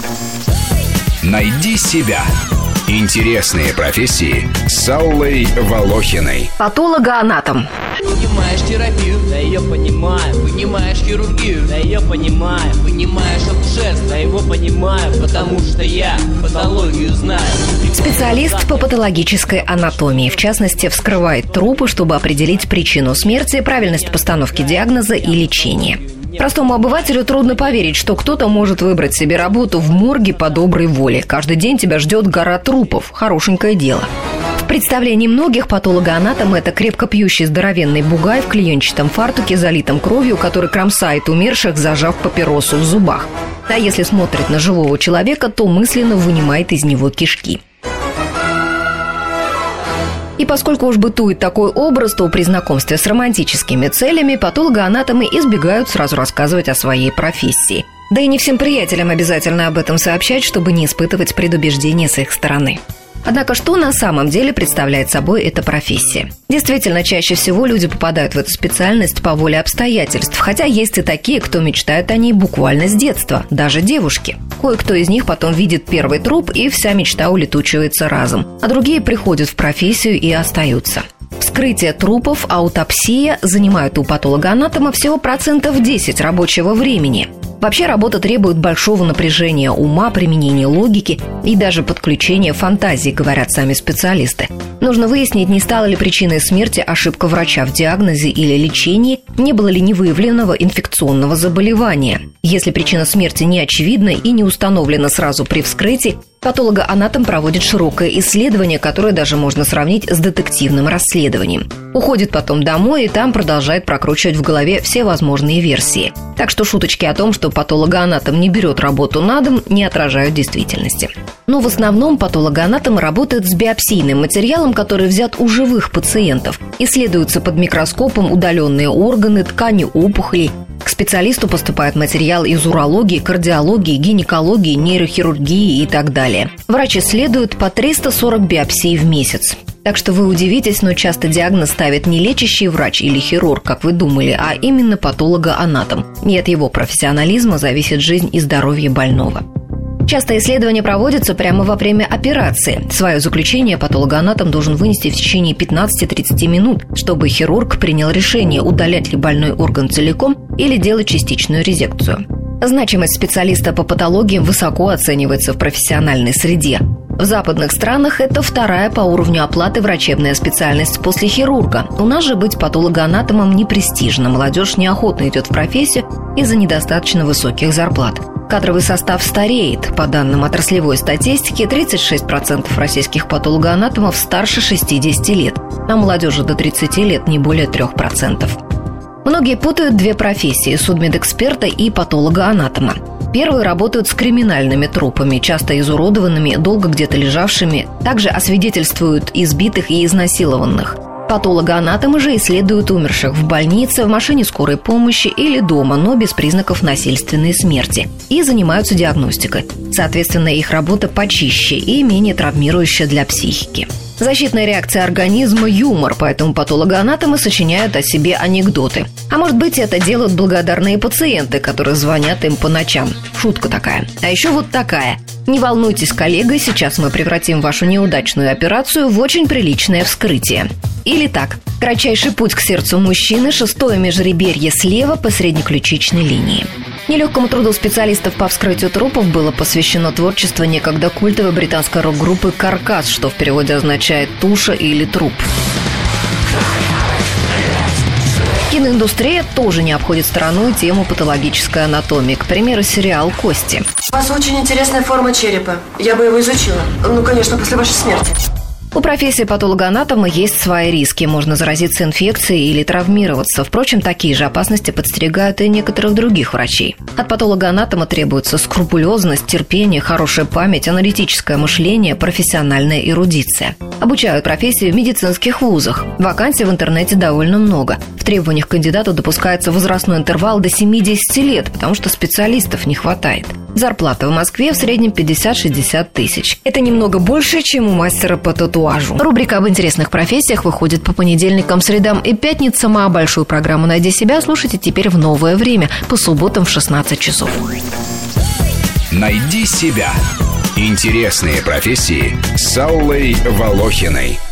Найди себя. Интересные профессии с Аллой Волохиной. Патологоанатом. Понимаешь терапию, да я понимаю. Понимаешь хирургию, да я понимаю. Понимаешь акушерство, да его понимаю. Потому что я патологию знаю. Специалист по патологической анатомии. В частности, вскрывает трупы, чтобы определить причину смерти, правильность постановки диагноза и лечения. Простому обывателю трудно поверить, что кто-то может выбрать себе работу в морге по доброй воле. Каждый день тебя ждет гора трупов. Хорошенькое дело. В представлении многих патологоанатом – это крепко пьющий здоровенный бугай в клеенчатом фартуке, залитом кровью, который кромсает умерших, зажав папиросу в зубах. А если смотрит на живого человека, то мысленно вынимает из него кишки. И поскольку уж бытует такой образ, то при знакомстве с романтическими целями патологоанатомы избегают сразу рассказывать о своей профессии. Да и не всем приятелям обязательно об этом сообщать, чтобы не испытывать предубеждения с их стороны. Однако, что на самом деле представляет собой эта профессия? Действительно, чаще всего люди попадают в эту специальность по воле обстоятельств, хотя есть и такие, кто мечтают о ней буквально с детства, даже девушки. Кое-кто из них потом видит первый труп, и вся мечта улетучивается разом, а другие приходят в профессию и остаются. Вскрытие трупов, аутопсия занимают у патологоанатома всего 10% рабочего времени. Вообще работа требует большого напряжения ума, применения логики и даже подключения фантазии, говорят сами специалисты. Нужно выяснить, не стала ли причиной смерти ошибка врача в диагнозе или лечении, не было ли невыявленного инфекционного заболевания. Если причина смерти не очевидна и не установлена сразу при вскрытии, патологоанатом проводит широкое исследование, которое даже можно сравнить с детективным расследованием. Уходит потом домой и там продолжает прокручивать в голове все возможные версии. Так что шуточки о том, что патологоанатом не берет работу на дом, не отражают действительности. Но в основном патологоанатом работает с биопсийным материалом, который взят у живых пациентов. Исследуются под микроскопом удаленные органы, ткани опухолей. К специалисту поступает материал из урологии, кардиологии, гинекологии, нейрохирургии и так далее. Врач исследует по 340 биопсий в месяц. Так что вы удивитесь, но часто диагноз ставит не лечащий врач или хирург, как вы думали, а именно патологоанатом. И от его профессионализма зависит жизнь и здоровье больного. Часто исследования проводятся прямо во время операции. Свое заключение патологоанатом должен вынести в течение 15-30 минут, чтобы хирург принял решение, удалять ли больной орган целиком или делать частичную резекцию. Значимость специалиста по патологиям высоко оценивается в профессиональной среде. В западных странах это вторая по уровню оплаты врачебная специальность после хирурга. У нас же быть патологоанатомом не престижно. Молодежь неохотно идет в профессию из-за недостаточно высоких зарплат. Кадровый состав стареет. По данным отраслевой статистики, 36% российских патологоанатомов старше 60 лет, а молодежи до 30 лет не более 3%. Многие путают две профессии – судмедэксперта и патологоанатома. Первые работают с криминальными трупами, часто изуродованными, долго где-то лежавшими. Также освидетельствуют избитых и изнасилованных. Патологоанатомы же исследуют умерших в больнице, в машине скорой помощи или дома, но без признаков насильственной смерти. И занимаются диагностикой. Соответственно, их работа почище и менее травмирующая для психики. Защитная реакция организма – юмор, поэтому патологоанатомы сочиняют о себе анекдоты. А может быть, это делают благодарные пациенты, которые звонят им по ночам. Шутка такая. А еще вот такая. Не волнуйтесь, коллега, сейчас мы превратим вашу неудачную операцию в очень приличное вскрытие. Или так. Кратчайший путь к сердцу мужчины, 6-е межреберье слева по среднеключичной линии. Нелегкому труду специалистов по вскрытию трупов было посвящено творчество некогда культовой британской рок-группы «Каркас», что в переводе означает «туша» или «труп». Киноиндустрия тоже не обходит стороной тему патологической анатомии. К примеру, сериал «Кости». У вас очень интересная форма черепа. Я бы его изучила. Ну, конечно, после вашей смерти. У профессии патологоанатома есть свои риски. Можно заразиться инфекцией или травмироваться. Впрочем, такие же опасности подстерегают и некоторых других врачей. От патологоанатома требуется скрупулезность, терпение, хорошая память, аналитическое мышление, профессиональная эрудиция. Обучают профессии в медицинских вузах. Вакансий в интернете довольно много. В требованиях к кандидату допускается возрастной интервал до 70 лет, потому что специалистов не хватает. Зарплата в Москве в среднем 50-60 тысяч. Это немного больше, чем у мастера по татуажу. Рубрика об интересных профессиях выходит по понедельникам, средам и пятницам, а большую программу «Найди себя» слушайте теперь в новое время, по субботам в 16 часов. Найди себя. Интересные профессии с Аллой Волохиной.